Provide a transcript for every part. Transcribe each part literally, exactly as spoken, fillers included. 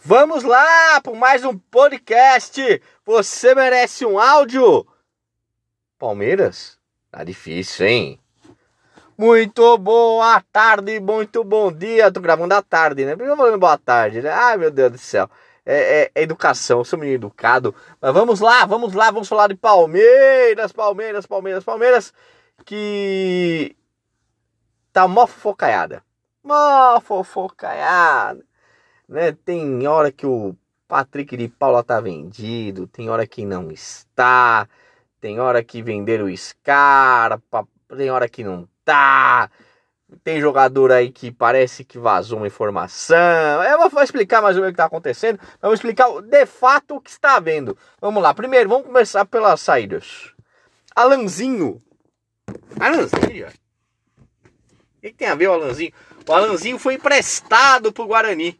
Vamos lá para mais um podcast. Você merece um áudio? Palmeiras? Tá difícil, hein? Muito boa tarde, muito bom dia. Tô gravando à tarde, né? Por que eu falando boa tarde, né? Ai, meu Deus do céu. É, é, é educação, eu sou menino educado. Mas vamos lá, vamos lá, vamos falar de Palmeiras, Palmeiras, Palmeiras, Palmeiras. Que tá mó fofocaiada. Mó fofocaiada. Né? Tem hora que o Patrick de Paula tá vendido, tem hora que não está, tem hora que venderam o Scarpa, tem hora que não tá, tem jogador aí que parece que vazou uma informação. Eu vou explicar mais ou menos o que tá acontecendo, vamos explicar de fato o que está havendo. Vamos lá, primeiro vamos começar pelas saídas. Alanzinho. Alanzinho, o que, que tem a ver o Alanzinho? O Alanzinho foi emprestado pro Guarani.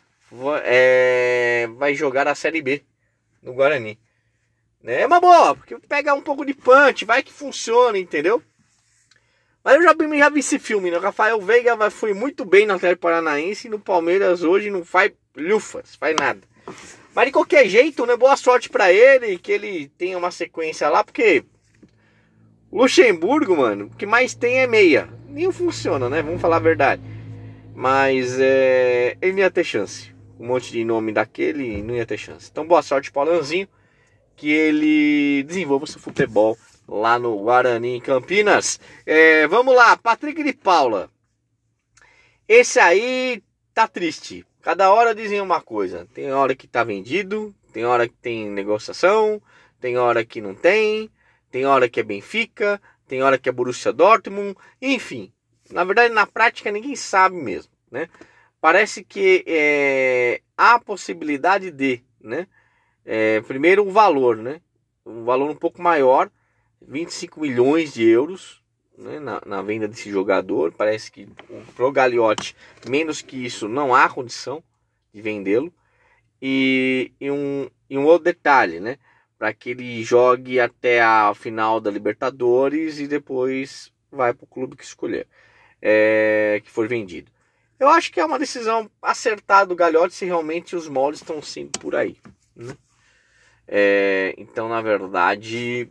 É, vai jogar a Série B no Guarani. É uma boa, porque pega um pouco de punch, vai que funciona, entendeu? Mas eu já, já vi esse filme, né? O Rafael Veiga foi muito bem no Atlético Paranaense e no Palmeiras hoje não faz lufas, faz nada. Mas de qualquer jeito, né? Boa sorte pra ele, que ele tenha uma sequência lá, porque o Luxemburgo, mano, o que mais tem é meia. Nem funciona, né? Vamos falar a verdade. Mas é, ele não ia ter chance. Um monte de nome daquele, não ia ter chance. Então boa sorte pro Alanzinho, que ele desenvolva seu futebol lá no Guarani, em Campinas. É, vamos lá, Patrick de Paula. Esse aí tá triste. Cada hora dizem uma coisa. Tem hora que tá vendido, tem hora que tem negociação, tem hora que não tem, tem hora que é Benfica, tem hora que é Borussia Dortmund, enfim. Na verdade, na prática, ninguém sabe mesmo, né? Parece que é, há a possibilidade de, né? É, primeiro o valor, né? Um valor um pouco maior, vinte e cinco milhões de euros, né? na, na venda desse jogador. Parece que pro Gagliotti, menos que isso, não há condição de vendê-lo. E, e, um, e um outro detalhe, né? Para que ele jogue até a final da Libertadores e depois vai para o clube que escolher, é, que for vendido. Eu acho que é uma decisão acertada do Gagliotti se realmente os moldes estão sendo por aí, né? É, então, na verdade,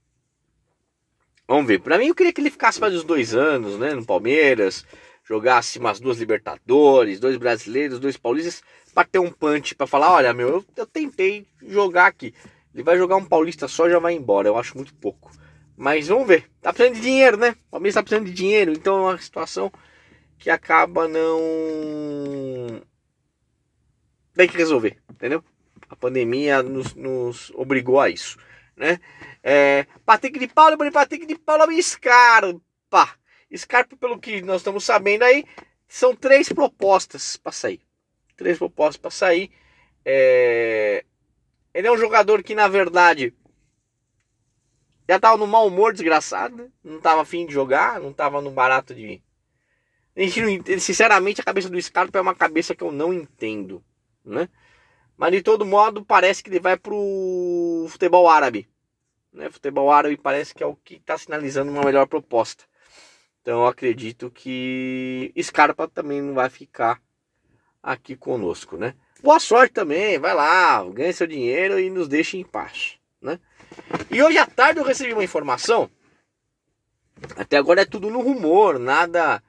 vamos ver. Para mim, eu queria que ele ficasse mais uns dois anos, né, no Palmeiras, jogasse umas duas Libertadores, dois brasileiros, dois paulistas, para ter um punch, para falar, olha, meu, eu, eu tentei jogar aqui. Ele vai jogar um paulista só e já vai embora. Eu acho muito pouco. Mas vamos ver. Tá precisando de dinheiro, né? O Palmeiras tá precisando de dinheiro, então é uma situação que acaba não... Tem que resolver, entendeu? A pandemia nos, nos obrigou a isso, né? É, Patrick de Paula, Patrick de Paula Scarpa. Scarpa, pelo que nós estamos sabendo aí, são três propostas para sair. Três propostas para sair. É... Ele é um jogador que, na verdade, já estava no mau humor desgraçado, né? Não estava afim de jogar, não estava no barato de... Sinceramente, a cabeça do Scarpa é uma cabeça que eu não entendo, né? Mas de todo modo parece que ele vai pro futebol árabe, né? Futebol árabe parece que é o que está sinalizando uma melhor proposta. Então eu acredito que Scarpa também não vai ficar aqui conosco, né? Boa sorte também, vai lá, ganhe seu dinheiro e nos deixe em paz, né? E hoje à tarde eu recebi uma informação. Até agora é tudo no rumor, nada...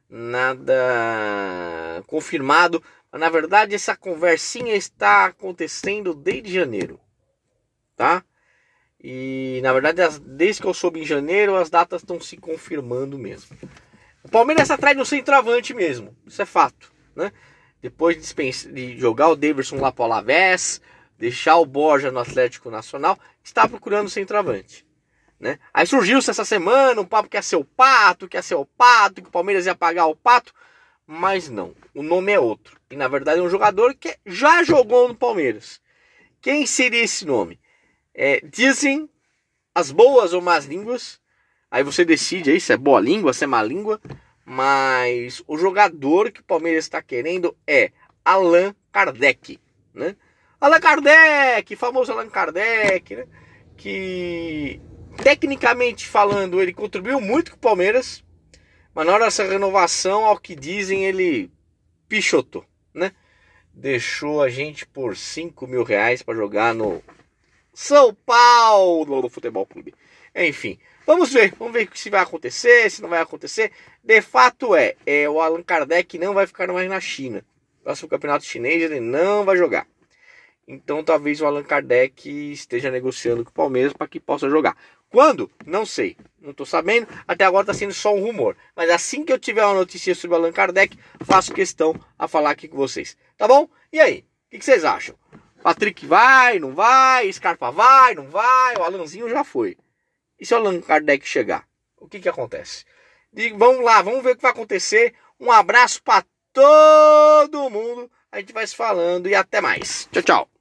nada confirmado, mas na verdade essa conversinha está acontecendo desde janeiro, tá? E na verdade desde que eu soube em janeiro as datas estão se confirmando mesmo. O Palmeiras está atrás do centroavante mesmo, isso é fato, né? Depois de, dispensar, de jogar o Daverson lá para o Alavés, deixar o Borja no Atlético Nacional, está procurando o centroavante, né? Aí surgiu-se essa semana um papo que ia ser o Pato, que ia ser o Pato, que o Palmeiras ia pagar o Pato, mas não, o nome é outro. E na verdade é um jogador que já jogou no Palmeiras. Quem seria esse nome? É, dizem as boas ou más línguas, aí você decide aí se é boa língua, se é má língua, mas o jogador que o Palmeiras está querendo é Allan Kardec, né? Allan Kardec, famoso Allan Kardec, né? Que... tecnicamente falando, ele contribuiu muito com o Palmeiras, mas na hora dessa renovação, ao que dizem, ele pichotou, né? deixou a gente por cinco mil reais para jogar no São Paulo no Futebol Clube. Enfim, vamos ver, vamos ver se vai acontecer, se não vai acontecer. De fato é, é o Allan Kardec não vai ficar mais na China. O próximo campeonato chinês ele não vai jogar. Então talvez o Allan Kardec esteja negociando com o Palmeiras para que possa jogar. Quando? Não sei. Não estou sabendo. Até agora está sendo só um rumor. Mas assim que eu tiver uma notícia sobre o Allan Kardec, faço questão a falar aqui com vocês. Tá bom? E aí? O que vocês acham? Patrick vai, não vai? Scarpa vai, não vai? O Alanzinho já foi. E se o Allan Kardec chegar? O que que acontece? E vamos lá, vamos ver o que vai acontecer. Um abraço para todo mundo. A gente vai se falando e até mais. Tchau, tchau.